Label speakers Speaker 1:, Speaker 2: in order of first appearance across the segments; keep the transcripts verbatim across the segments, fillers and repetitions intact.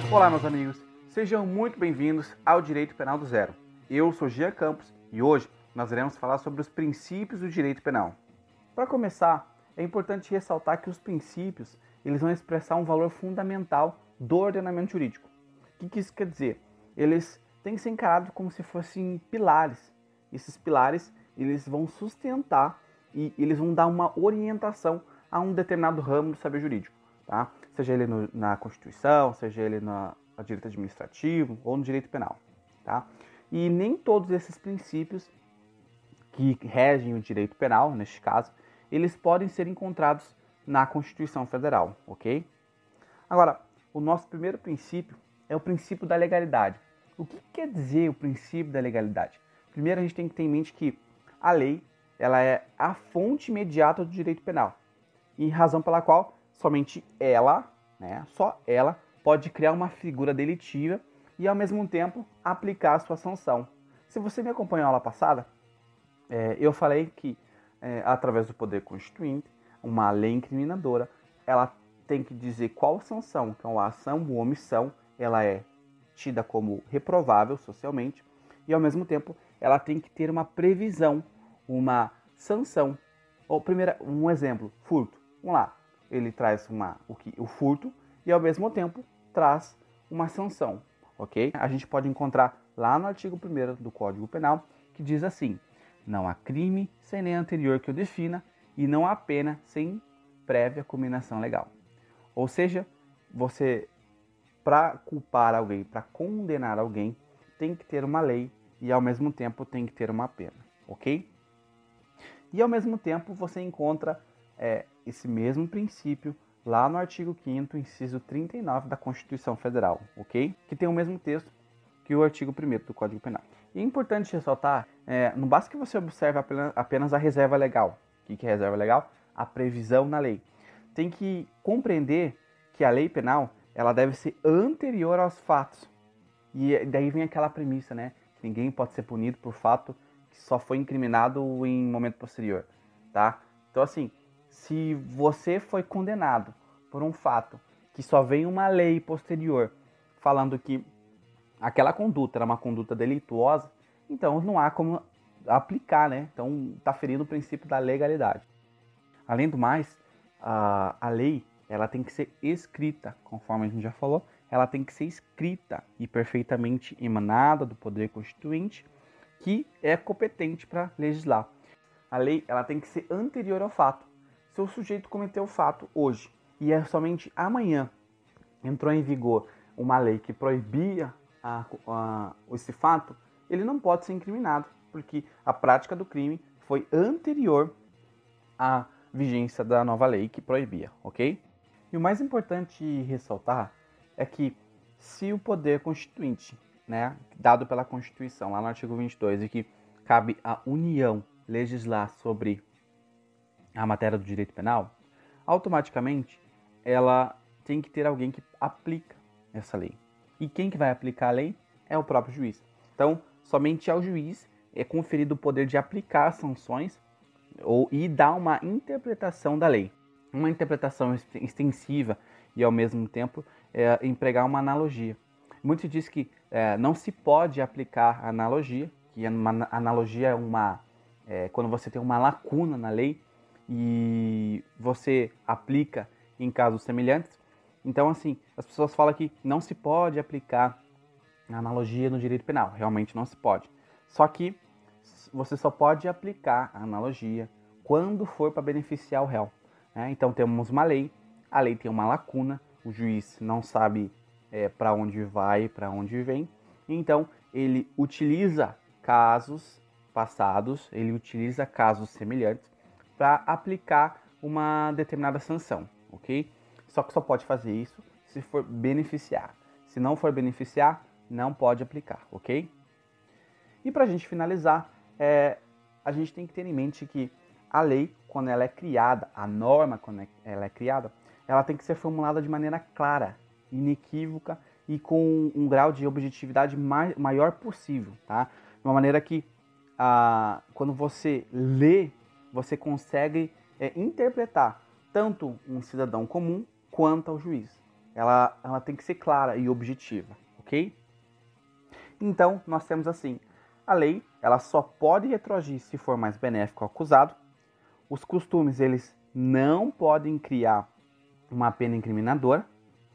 Speaker 1: Olá, meus amigos, sejam muito bem-vindos ao Direito Penal do Zero. Eu sou Gia Campos e hoje nós iremos falar sobre os princípios do direito penal. Para começar, é importante ressaltar que os princípios eles vão expressar um valor fundamental do ordenamento jurídico. O que, que isso quer dizer? Eles têm que ser encarados como se fossem pilares. Esses pilares eles vão sustentar e eles vão dar uma orientação a um determinado ramo do saber jurídico, tá? Seja ele no, na Constituição, seja ele na, no direito administrativo ou no direito penal, tá? E nem todos esses princípios que regem o direito penal, neste caso, eles podem ser encontrados na Constituição Federal, ok? Agora, o nosso primeiro princípio é o princípio da legalidade. O que quer dizer o princípio da legalidade? Primeiro, a gente tem que ter em mente que a lei ela é a fonte imediata do direito penal, e razão pela qual somente ela, né, só ela, pode criar uma figura delitiva e, ao mesmo tempo, aplicar a sua sanção. Se você me acompanhou na aula passada, é, eu falei que, é, através do poder constituinte, uma lei incriminadora, ela tem que dizer qual sanção, então a ação ou omissão, ela é tida como reprovável socialmente e, ao mesmo tempo, ela tem que ter uma previsão, uma sanção. Ou, primeiro, um exemplo, furto. Vamos lá. Ele traz uma, o, que, o furto e, ao mesmo tempo, traz uma sanção, ok? A gente pode encontrar lá no artigo primeiro do Código Penal, que diz assim: não há crime sem lei anterior que o defina e não há pena sem prévia cominação legal. Ou seja, você, para culpar alguém, para condenar alguém, tem que ter uma lei e, ao mesmo tempo, tem que ter uma pena, ok? E, ao mesmo tempo, você encontra é, esse mesmo princípio lá no artigo quinto, inciso trinta e nove da Constituição Federal, ok? Que tem o mesmo texto que o artigo primeiro do Código Penal. E é importante ressaltar, é, não basta que você observe apenas a reserva legal. O que é reserva legal? A previsão na lei. Tem que compreender que a lei penal ela deve ser anterior aos fatos. E daí vem aquela premissa, né? Que ninguém pode ser punido por fato que só foi incriminado em momento posterior, tá? Então, assim, se você foi condenado por um fato que só vem uma lei posterior falando que aquela conduta era uma conduta delituosa, então não há como aplicar, né? Então está ferindo o princípio da legalidade. Além do mais, a, a lei ela tem que ser escrita, conforme a gente já falou, ela tem que ser escrita e perfeitamente emanada do poder constituinte, que é competente para legislar. A lei ela tem que ser anterior ao fato. Se o sujeito cometeu o fato hoje e é somente amanhã entrou em vigor uma lei que proibia a, a, esse fato, ele não pode ser incriminado, porque a prática do crime foi anterior à vigência da nova lei que proibia, ok? E o mais importante ressaltar é que se o poder constituinte, né, dado pela Constituição, lá no artigo vinte e dois, e que cabe à União legislar sobre a matéria do direito penal, automaticamente ela tem que ter alguém que aplica essa lei. E quem que vai aplicar a lei é o próprio juiz. Então, somente ao juiz é conferido o poder de aplicar as sanções ou, e dar uma interpretação da lei. Uma interpretação extensiva e, ao mesmo tempo, é, empregar uma analogia. Muito se diz que é, não se pode aplicar analogia, que uma analogia é uma... É, quando você tem uma lacuna na lei e você aplica em casos semelhantes. Então, assim, as pessoas falam que não se pode aplicar analogia no direito penal. Realmente não se pode. Só que você só pode aplicar a analogia quando for para beneficiar o réu, né? Então, temos uma lei, a lei tem uma lacuna, o juiz não sabe é, para onde vai, para onde vem. Então, ele utiliza casos passados, ele utiliza casos semelhantes para aplicar uma determinada sanção, ok? Só que só pode fazer isso se for beneficiar. Se não for beneficiar, não pode aplicar, ok? E para a gente finalizar, é, a gente tem que ter em mente que a lei, quando ela é criada, a norma, quando ela é criada, ela tem que ser formulada de maneira clara, inequívoca e com um grau de objetividade maior possível, tá? De uma maneira que, ah, quando você lê, você consegue é, interpretar tanto um cidadão comum quanto ao juiz. ela, ela tem que ser clara e objetiva, ok? Então, nós temos assim, a lei ela só pode retroagir se for mais benéfico ao acusado, os costumes eles não podem criar uma pena incriminadora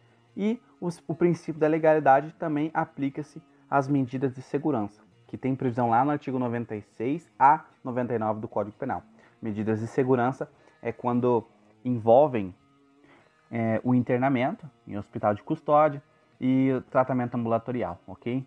Speaker 1: e os, o princípio da legalidade também aplica-se às medidas de segurança, que tem previsão lá no artigo noventa e seis a noventa e nove do Código Penal. Medidas de segurança é quando envolvem é, o internamento em hospital de custódia e o tratamento ambulatorial, ok?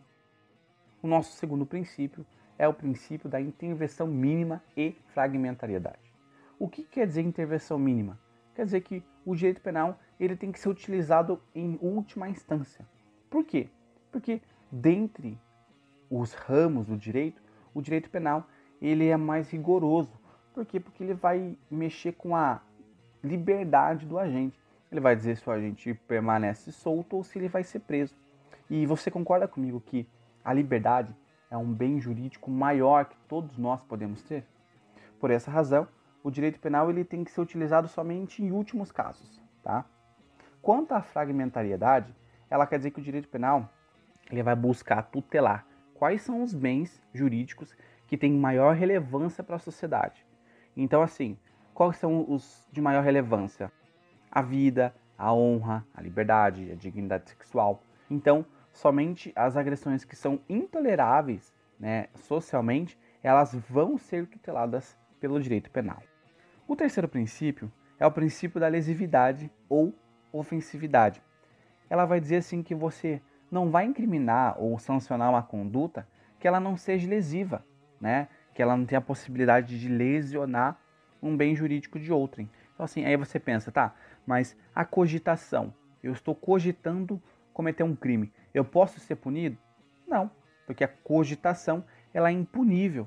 Speaker 1: O nosso segundo princípio é o princípio da intervenção mínima e fragmentariedade. O que quer dizer intervenção mínima? Quer dizer que o direito penal ele tem que ser utilizado em última instância. Por quê? Porque dentre os ramos do direito, o direito penal ele é mais rigoroso. Por quê? Porque ele vai mexer com a liberdade do agente. Ele vai dizer se o agente permanece solto ou se ele vai ser preso. E você concorda comigo que a liberdade é um bem jurídico maior que todos nós podemos ter? Por essa razão, o direito penal ele tem que ser utilizado somente em últimos casos, tá? Quanto à fragmentariedade, ela quer dizer que o direito penal ele vai buscar tutelar quais são os bens jurídicos que têm maior relevância para a sociedade. Então, assim, quais são os de maior relevância? A vida, a honra, a liberdade, a dignidade sexual. Então, somente as agressões que são intoleráveis, né, socialmente, elas vão ser tuteladas pelo direito penal. O terceiro princípio é o princípio da lesividade ou ofensividade. Ela vai dizer assim que você não vai incriminar ou sancionar uma conduta que ela não seja lesiva, né? Que ela não tenha a possibilidade de lesionar um bem jurídico de outrem. Então assim, aí você pensa, tá, mas a cogitação, eu estou cogitando cometer um crime, eu posso ser punido? Não, porque a cogitação ela é impunível.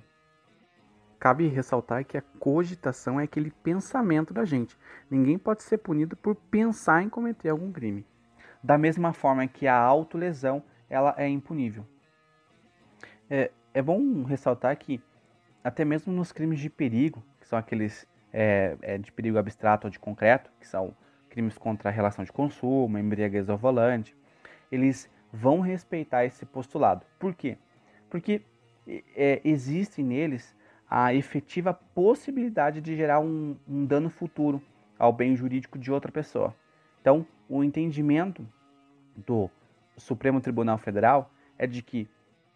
Speaker 1: Cabe ressaltar que a cogitação é aquele pensamento da gente. Ninguém pode ser punido por pensar em cometer algum crime. Da mesma forma que a autolesão ela é impunível. É, é bom ressaltar que até mesmo nos crimes de perigo, que são aqueles é, é, de perigo abstrato ou de concreto, que são crimes contra a relação de consumo, embriaguez ao volante, eles vão respeitar esse postulado. Por quê? Porque é, existe neles a efetiva possibilidade de gerar um, um dano futuro ao bem jurídico de outra pessoa. Então, o entendimento do Supremo Tribunal Federal é de que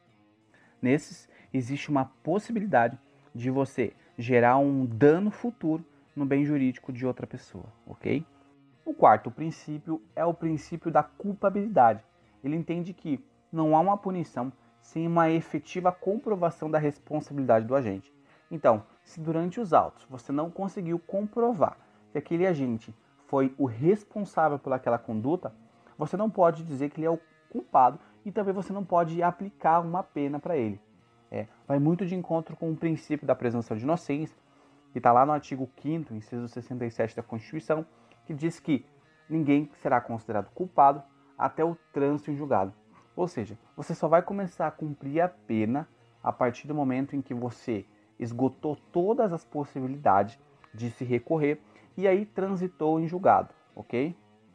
Speaker 1: nesses existe uma possibilidade de você gerar um dano futuro no bem jurídico de outra pessoa, ok? O quarto princípio é o princípio da culpabilidade. Ele entende que não há uma punição sem uma efetiva comprovação da responsabilidade do agente. Então, se durante os autos você não conseguiu comprovar que aquele agente foi o responsável por aquela conduta, você não pode dizer que ele é o culpado e também você não pode aplicar uma pena para ele. É, vai muito de encontro com o princípio da presunção de inocência, que está lá no artigo quinto, inciso sessenta e sete da Constituição, que diz que ninguém será considerado culpado até o trânsito em julgado. Ou seja, você só vai começar a cumprir a pena a partir do momento em que você esgotou todas as possibilidades de se recorrer e aí transitou em julgado, ok?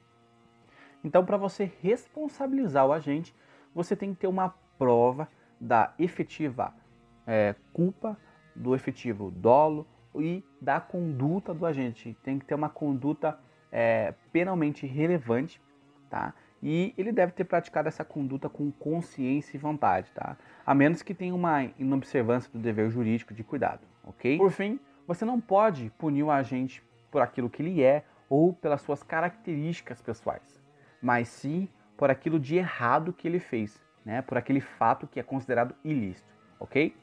Speaker 1: Então, para você responsabilizar o agente, você tem que ter uma prova da efetiva é, culpa, do efetivo dolo e da conduta do agente. Tem que ter uma conduta é, penalmente relevante, tá? E ele deve ter praticado essa conduta com consciência e vontade, tá? A menos que tenha uma inobservância do dever jurídico de cuidado, ok? Por fim, você não pode punir o agente por aquilo que ele é ou pelas suas características pessoais, mas sim por aquilo de errado que ele fez, né? Por aquele fato que é considerado ilícito, ok?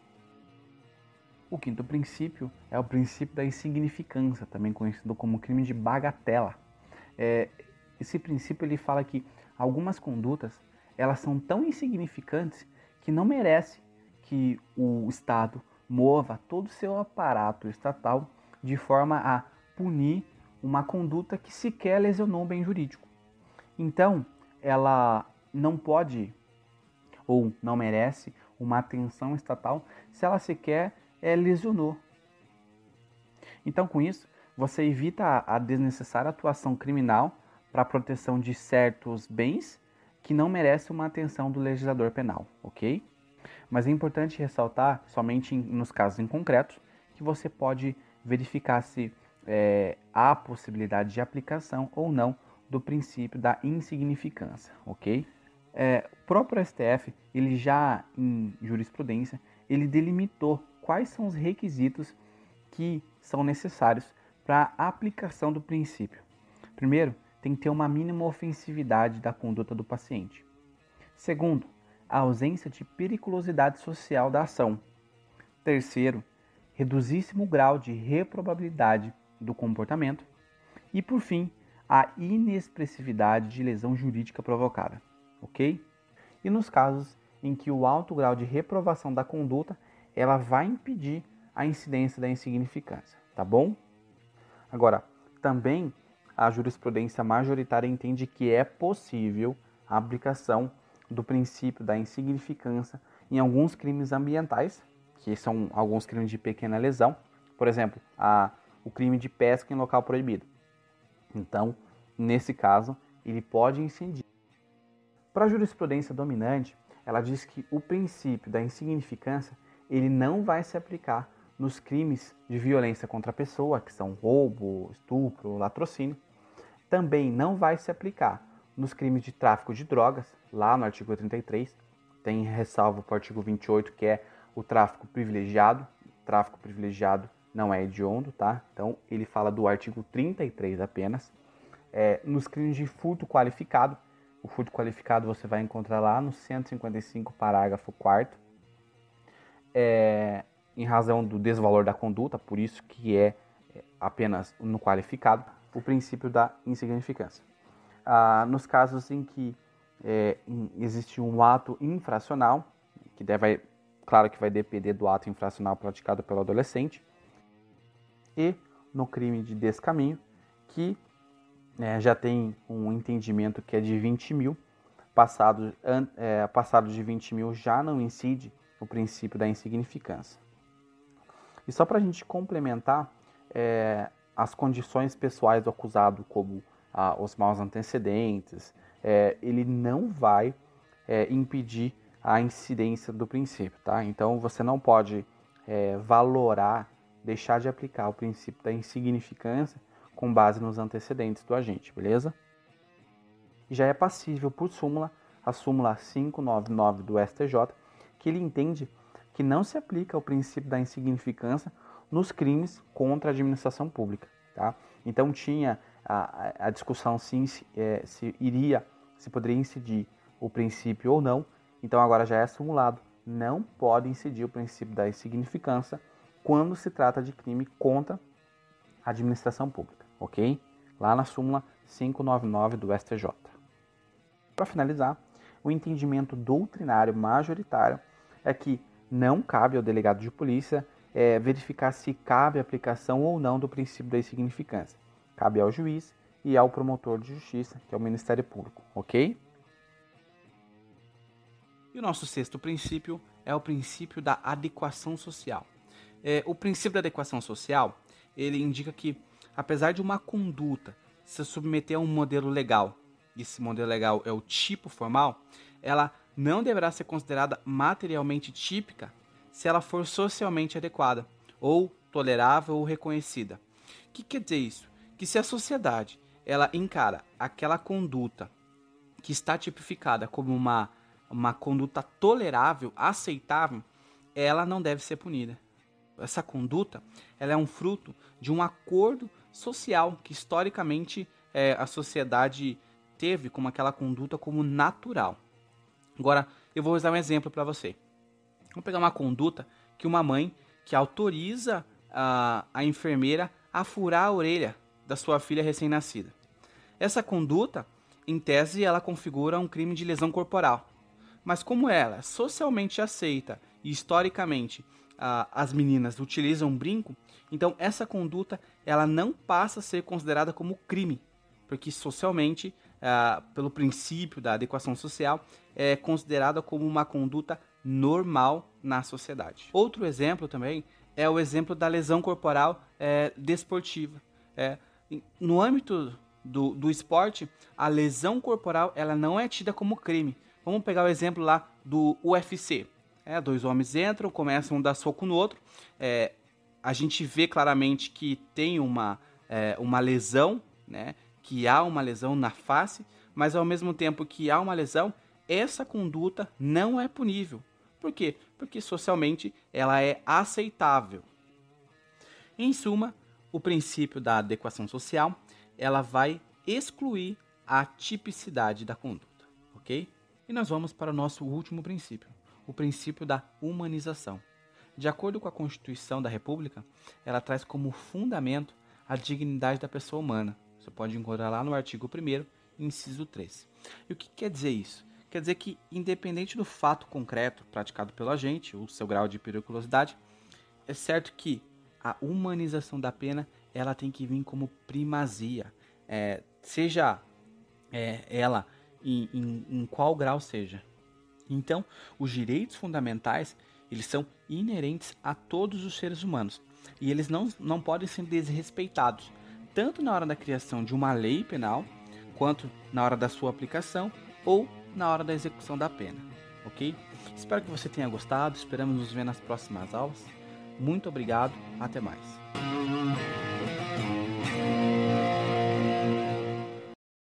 Speaker 1: O quinto princípio é o princípio da insignificância, também conhecido como crime de bagatela. É, esse princípio ele fala que algumas condutas elas são tão insignificantes que não merece que o Estado mova todo o seu aparato estatal de forma a punir uma conduta que sequer lesionou o bem jurídico. Então, ela não pode ou não merece uma atenção estatal se ela sequer é, lesionou. Então, com isso, você evita a desnecessária atuação criminal para a proteção de certos bens que não merecem uma atenção do legislador penal, ok? Mas é importante ressaltar, somente nos casos em concreto, que você pode verificar se é, há possibilidade de aplicação ou não do princípio da insignificância, ok? É, o próprio S T F, ele já em jurisprudência, ele delimitou quais são os requisitos que são necessários para a aplicação do princípio. Primeiro, tem que ter uma mínima ofensividade da conduta do paciente. Segundo, a ausência de periculosidade social da ação. Terceiro, reduzíssimo grau de reprobabilidade do comportamento. E, por fim, a inexpressividade de lesão jurídica provocada, ok? E nos casos em que o alto grau de reprovação da conduta, ela vai impedir a incidência da insignificância, tá bom? Agora, também a jurisprudência majoritária entende que é possível a aplicação do princípio da insignificância em alguns crimes ambientais, que são alguns crimes de pequena lesão, por exemplo, a, o crime de pesca em local proibido. Então, nesse caso, ele pode incidir. Para a jurisprudência dominante, ela diz que o princípio da insignificância ele não vai se aplicar nos crimes de violência contra a pessoa, que são roubo, estupro, latrocínio. Também não vai se aplicar nos crimes de tráfico de drogas, lá no artigo trinta e três, tem ressalvo para o artigo vinte e oito, que é o tráfico privilegiado. Tráfico privilegiado não é hediondo, tá? Então, ele fala do artigo trinta e três apenas. É, nos crimes de furto qualificado, o furto qualificado você vai encontrar lá no cento e cinquenta e cinco, parágrafo quarto, é, em razão do desvalor da conduta, por isso que é apenas no qualificado, o princípio da insignificância. Ah, nos casos em que é, existe um ato infracional, que deve, claro que vai depender do ato infracional praticado pelo adolescente, e no crime de descaminho, que é, já tem um entendimento que é de vinte mil, passado, é, passado de vinte mil já não incide o princípio da insignificância. E só para a gente complementar, é, as condições pessoais do acusado, como ah, os maus antecedentes, é, ele não vai é, impedir a incidência do princípio, tá? Então você não pode é, valorar, deixar de aplicar o princípio da insignificância com base nos antecedentes do agente, beleza? E já é passível por súmula, a súmula quinhentos e noventa e nove do S T J, que ele entende que não se aplica o princípio da insignificância nos crimes contra a administração pública, tá? Então tinha a, a discussão sim, se, é, se iria, se poderia incidir o princípio ou não. Então agora já é simulado, não pode incidir o princípio da insignificância quando se trata de crime contra a administração pública, ok? Lá na súmula quinhentos e noventa e nove do S T J. Para finalizar, o entendimento doutrinário majoritário é que não cabe ao delegado de polícia é, verificar se cabe a aplicação ou não do princípio da insignificância. Cabe ao juiz e ao promotor de justiça, que é o Ministério Público, ok? E o nosso sexto princípio é o princípio da adequação social. É, o princípio da adequação social, ele indica que, apesar de uma conduta se submeter a um modelo legal, e esse modelo legal é o tipo formal, ela não deverá ser considerada materialmente típica se ela for socialmente adequada, ou tolerável ou reconhecida. O que quer dizer isso? Que se a sociedade ela encara aquela conduta que está tipificada como uma, uma conduta tolerável, aceitável, ela não deve ser punida. Essa conduta ela é um fruto de um acordo social que historicamente é, a sociedade teve como aquela conduta como natural. Agora, eu vou usar um exemplo para você. Vamos pegar uma conduta que uma mãe que autoriza a, a enfermeira a furar a orelha da sua filha recém-nascida. Essa conduta, em tese, ela configura um crime de lesão corporal. Mas como ela é socialmente aceita e historicamente a, as meninas utilizam brinco, então essa conduta ela não passa a ser considerada como crime, porque socialmente, Uh, pelo princípio da adequação social, é considerada como uma conduta normal na sociedade. Outro exemplo também é o exemplo da lesão corporal é, desportiva. É, no âmbito do, do esporte, a lesão corporal ela não é tida como crime. Vamos pegar o exemplo lá do U F C. É, dois homens entram, começam a dar soco no outro. É, a gente vê claramente que tem uma, é, uma lesão, né? Que há uma lesão na face, mas ao mesmo tempo que há uma lesão, essa conduta não é punível. Por quê? Porque socialmente ela é aceitável. Em suma, o princípio da adequação social, ela vai excluir a tipicidade da conduta, ok? E nós vamos para o nosso último princípio, o princípio da humanização. De acordo com a Constituição da República, ela traz como fundamento a dignidade da pessoa humana. Você pode encontrar lá no artigo primeiro, inciso três. E o que quer dizer isso? Quer dizer que, independente do fato concreto praticado pelo agente, ou seu grau de periculosidade, é certo que a humanização da pena ela tem que vir como primazia, é, seja é, ela em, em, em qual grau seja. Então, os direitos fundamentais eles são inerentes a todos os seres humanos e eles não, não podem ser desrespeitados, tanto na hora da criação de uma lei penal, quanto na hora da sua aplicação ou na hora da execução da pena, ok? Espero que você tenha gostado, esperamos nos ver nas próximas aulas. Muito obrigado, até mais.